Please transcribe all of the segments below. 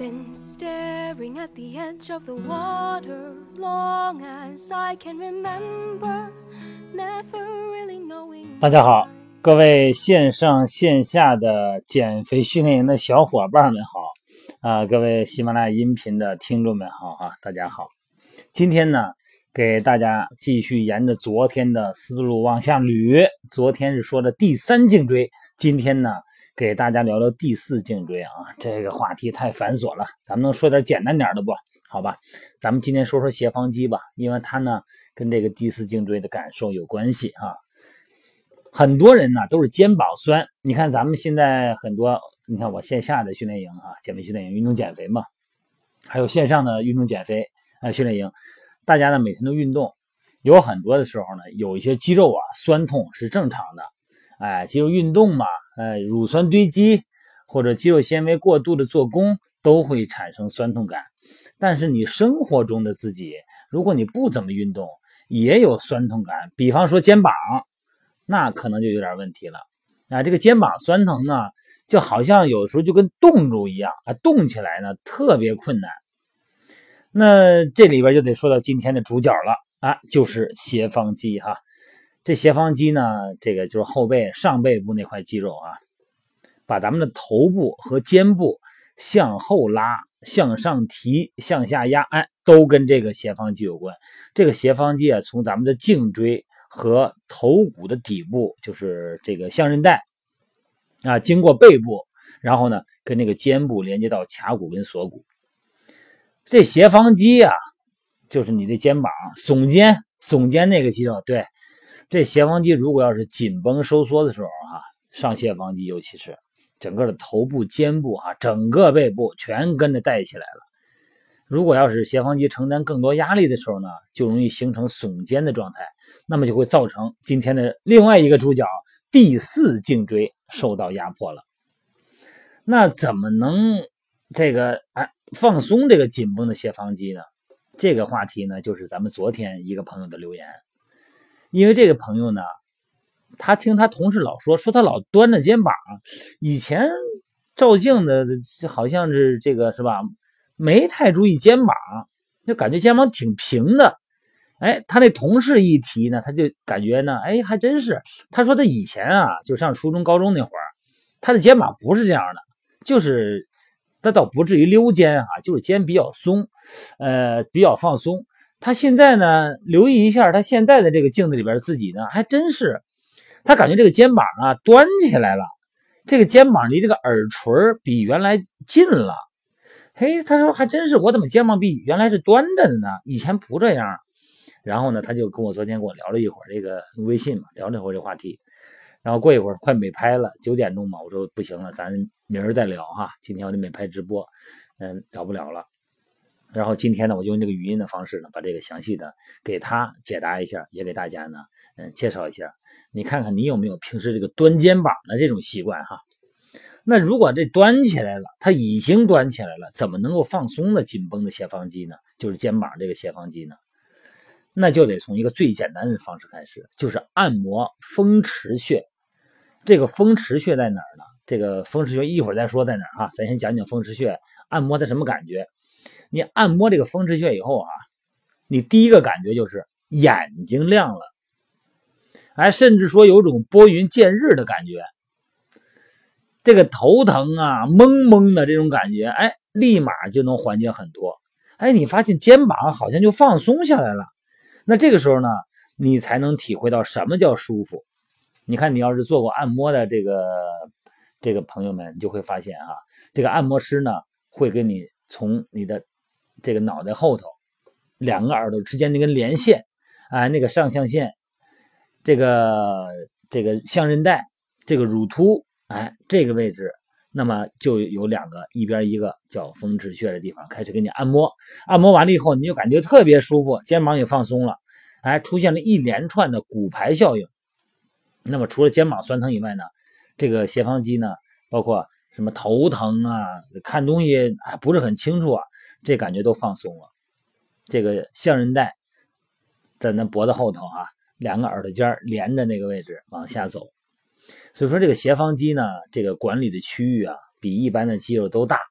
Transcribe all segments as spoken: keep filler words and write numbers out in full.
been staring at the edge of the water long as I can remember, never really knowing. 大家好，各位线上线下的减肥训练营的小伙伴们好啊、呃，各位喜马拉雅音频的听众们好啊，大家好。今天呢，给大家继续沿着昨天的思路往下捋。昨天是说的第三颈椎，今天呢，给大家聊聊第四颈椎啊。这个话题太繁琐了，咱们能说点简单点的不？好吧，咱们今天说说斜方肌吧，因为它呢跟这个第四颈椎的感受有关系啊。很多人呢都是肩膀酸，你看咱们现在很多，你看我线下的训练营啊，减肥训练营、运动减肥嘛，还有线上的运动减肥呃训练营，大家呢每天都运动，有很多的时候呢，有一些肌肉啊酸痛是正常的，哎，肌肉运动嘛，哎，乳酸堆积或者肌肉纤维过度的做功都会产生酸痛感。但是你生活中的自己，如果你不怎么运动，也有酸痛感，比方说肩膀。那可能就有点问题了啊！这个肩膀酸疼呢，就好像有时候就跟冻住一样啊，动起来呢特别困难。那这里边就得说到今天的主角了啊，就是斜方肌哈。这斜方肌呢，这个就是后背上背部那块肌肉啊，把咱们的头部和肩部向后拉、向上提、向下压，哎，都跟这个斜方肌有关。这个斜方肌啊，从咱们的颈椎和头骨的底部，就是这个项韧带啊，经过背部，然后呢跟那个肩部连接到髂骨跟锁骨。这斜方肌啊，就是你的肩膀耸肩耸肩那个肌肉。对，这斜方肌如果要是紧绷收缩的时候哈、啊，上斜方肌尤其是整个的头部、肩部啊，整个背部全跟着带起来了。如果要是斜方肌承担更多压力的时候呢，就容易形成耸肩的状态，那么就会造成今天的另外一个主角第四颈椎受到压迫了。那怎么能这个啊放松这个紧绷的斜方肌呢？这个话题呢，就是咱们昨天一个朋友的留言。因为这个朋友呢，他听他同事老说说他老端着肩膀，以前照镜的好像是这个是吧？没太注意肩膀，就感觉肩膀挺平的。哎，他那同事一提呢，他就感觉呢，哎，还真是。他说他以前啊，就上初中、高中那会儿，他的肩膀不是这样的，就是他倒不至于溜肩啊，就是肩比较松，呃，比较放松。他现在呢，留意一下他现在的这个镜子里边自己呢，还真是，他感觉这个肩膀啊端起来了，这个肩膀离这个耳垂比原来近了。嘿，他说还真是，我怎么肩膀比原来是端着的呢？以前不这样。然后呢，他就跟我昨天跟我聊了一会儿这个微信嘛，聊了一会儿这话题。然后过一会儿快美拍了，九点钟嘛，我说不行了，咱明儿再聊哈。今天我得美拍直播，嗯，聊不了了。然后今天呢，我就用这个语音的方式呢，把这个详细的给他解答一下，也给大家呢，嗯，介绍一下。你看看你有没有平时这个端肩膀的这种习惯哈？那如果这端起来了，它已经端起来了，怎么能够放松的紧绷的斜方肌呢？就是肩膀这个斜方肌呢？那就得从一个最简单的方式开始，就是按摩风池穴。这个风池穴在哪儿呢？这个风池穴一会儿再说在哪儿哈，咱先讲讲风池穴按摩的什么感觉。你按摩这个风池穴以后啊，你第一个感觉就是眼睛亮了，哎，甚至说有种拨云见日的感觉。这个头疼啊懵懵的这种感觉，哎，立马就能缓解很多。哎，你发现肩膀好像就放松下来了。那这个时候呢，你才能体会到什么叫舒服。你看，你要是做过按摩的这个这个朋友们，你就会发现啊，这个按摩师呢会跟你从你的这个脑袋后头两个耳朵之间那根连线，哎，那个上象限，这个这个项韧带，这个乳突，哎，这个位置，那么就有两个，一边一个叫风池穴的地方，开始给你按摩。按摩完了以后，你就感觉特别舒服，肩膀也放松了，哎，出现了一连串的骨牌效应。那么除了肩膀酸疼以外呢，这个斜方肌呢，包括什么头疼啊，看东西啊不是很清楚啊，这感觉都放松了。这个项韧带在那脖子后头啊，两个耳朵尖连着那个位置往下走。所以说这个斜方肌呢，这个管理的区域啊，比一般的肌肉都大，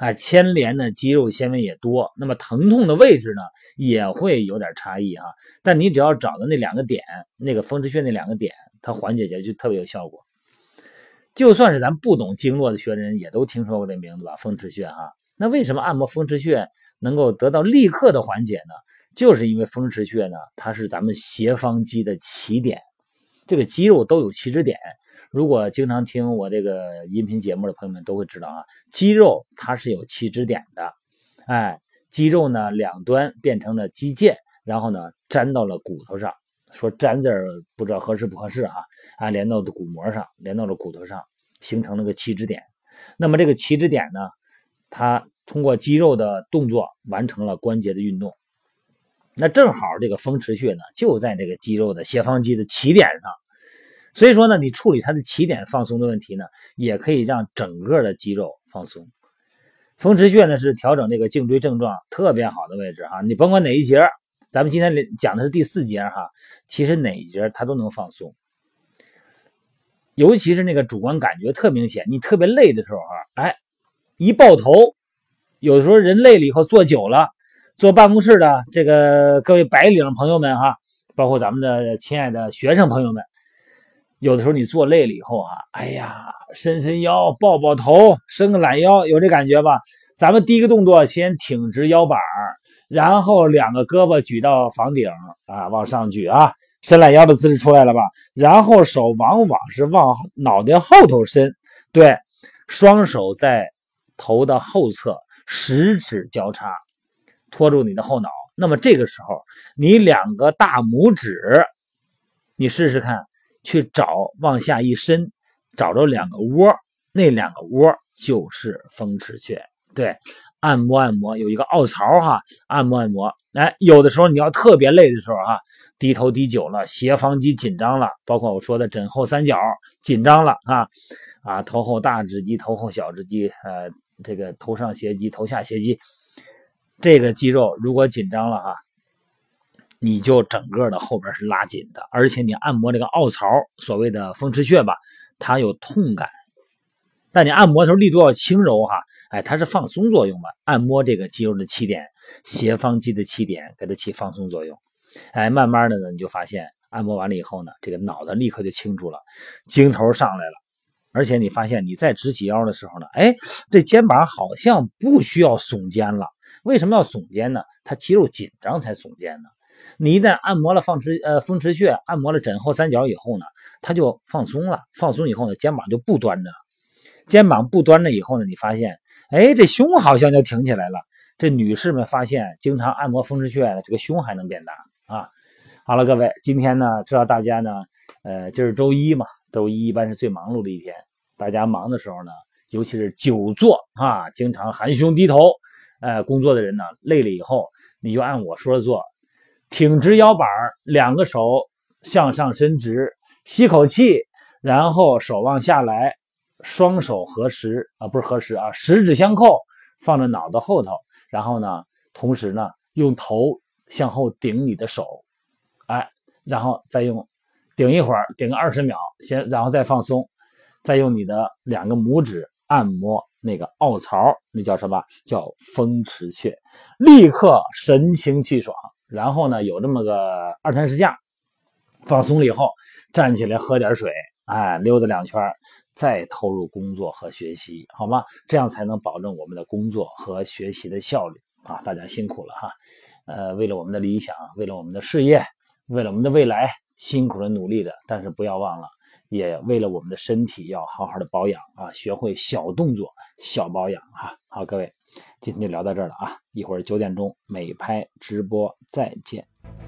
啊，牵连的肌肉纤维也多，那么疼痛的位置呢也会有点差异哈。但你只要找到那两个点，那个风池穴那两个点，它缓解起来就特别有效果。就算是咱不懂经络的学人，也都听说过这名字吧，风池穴哈。那为什么按摩风池穴能够得到立刻的缓解呢？就是因为风池穴呢，它是咱们斜方肌的起点，这个肌肉都有起止点。如果经常听我这个音频节目的朋友们都会知道啊，肌肉它是有起止点的，哎，肌肉呢两端变成了肌腱，然后呢粘到了骨头上。说粘字不知道合适不合适啊？啊，连到的骨膜上，连到了骨头上，形成了个起止点。那么这个起止点呢，它通过肌肉的动作完成了关节的运动。那正好这个风池穴呢，就在这个肌肉的斜方肌的起点上。所以说呢，你处理它的起点放松的问题呢，也可以让整个的肌肉放松。风池穴呢是调整这个颈椎症状特别好的位置哈，你甭管哪一节。咱们今天讲的是第四节哈，其实哪一节它都能放松，尤其是那个主观感觉特明显，你特别累的时候哈，哎，一抱头，有的时候人累了以后坐久了，坐办公室的这个各位白领朋友们哈，包括咱们的亲爱的学生朋友们，有的时候你坐累了以后哈，哎呀，伸伸腰，抱抱头，伸个懒腰，有这感觉吧？咱们第一个动作先挺直腰板，然后两个胳膊举到房顶啊，往上举啊，伸懒腰的姿势出来了吧？然后手往往是往脑袋后头伸，对，双手在头的后侧，十指交叉，托住你的后脑。那么这个时候，你两个大拇指，你试试看，去找往下一伸，找着两个窝，那两个窝就是风池穴。对，按摩按摩有一个凹槽哈，按摩按摩，哎，有的时候你要特别累的时候哈，低头低久了，斜方肌紧张了，包括我说的枕后三角紧张了啊啊，头后大指肌、头后小指肌，呃，这个头上斜肌、头下斜肌，这个肌肉如果紧张了哈，你就整个的后边是拉紧的，而且你按摩这个凹槽，所谓的风池穴吧，它有痛感。但你按摩的时候力度要轻柔哈，哎，它是放松作用吧？按摩这个肌肉的起点，斜方肌的起点，给它起放松作用。哎，慢慢的呢，你就发现按摩完了以后呢，这个脑袋立刻就清楚了，精头上来了。而且你发现你再直起腰的时候呢，哎，这肩膀好像不需要耸肩了。为什么要耸肩呢？它肌肉紧张才耸肩呢。你一旦按摩了风池呃风池穴，按摩了枕后三角以后呢，它就放松了。放松以后呢，肩膀就不端着了。肩膀不端着以后呢，你发现，哎，这胸好像就挺起来了。这女士们发现，经常按摩风池穴，这个胸还能变大啊。好了，各位，今天呢，知道大家呢，呃，今儿周一嘛，周一一般是最忙碌的一天。大家忙的时候呢，尤其是久坐啊，经常含胸低头，呃，工作的人呢，累了以后，你就按我说的做，挺直腰板，两个手向上伸直，吸口气，然后手往下来。双手合十啊，不是合十啊，十指相扣，放在脑袋后头，然后呢，同时呢，用头向后顶你的手，哎，然后再用顶一会儿，顶个二十秒，先，然后再放松，再用你的两个拇指按摩那个凹槽，那叫什么？叫风池穴，立刻神清气爽。然后呢，有这么个二三十下，放松了以后，站起来喝点水，哎，溜达两圈。再投入工作和学习，好吗？这样才能保证我们的工作和学习的效率啊！大家辛苦了哈，呃，为了我们的理想，为了我们的事业，为了我们的未来，辛苦的努力的。但是不要忘了，也为了我们的身体要好好的保养啊，学会小动作、小保养啊！好，各位，今天就聊到这儿了啊！一会儿九点钟美拍直播再见。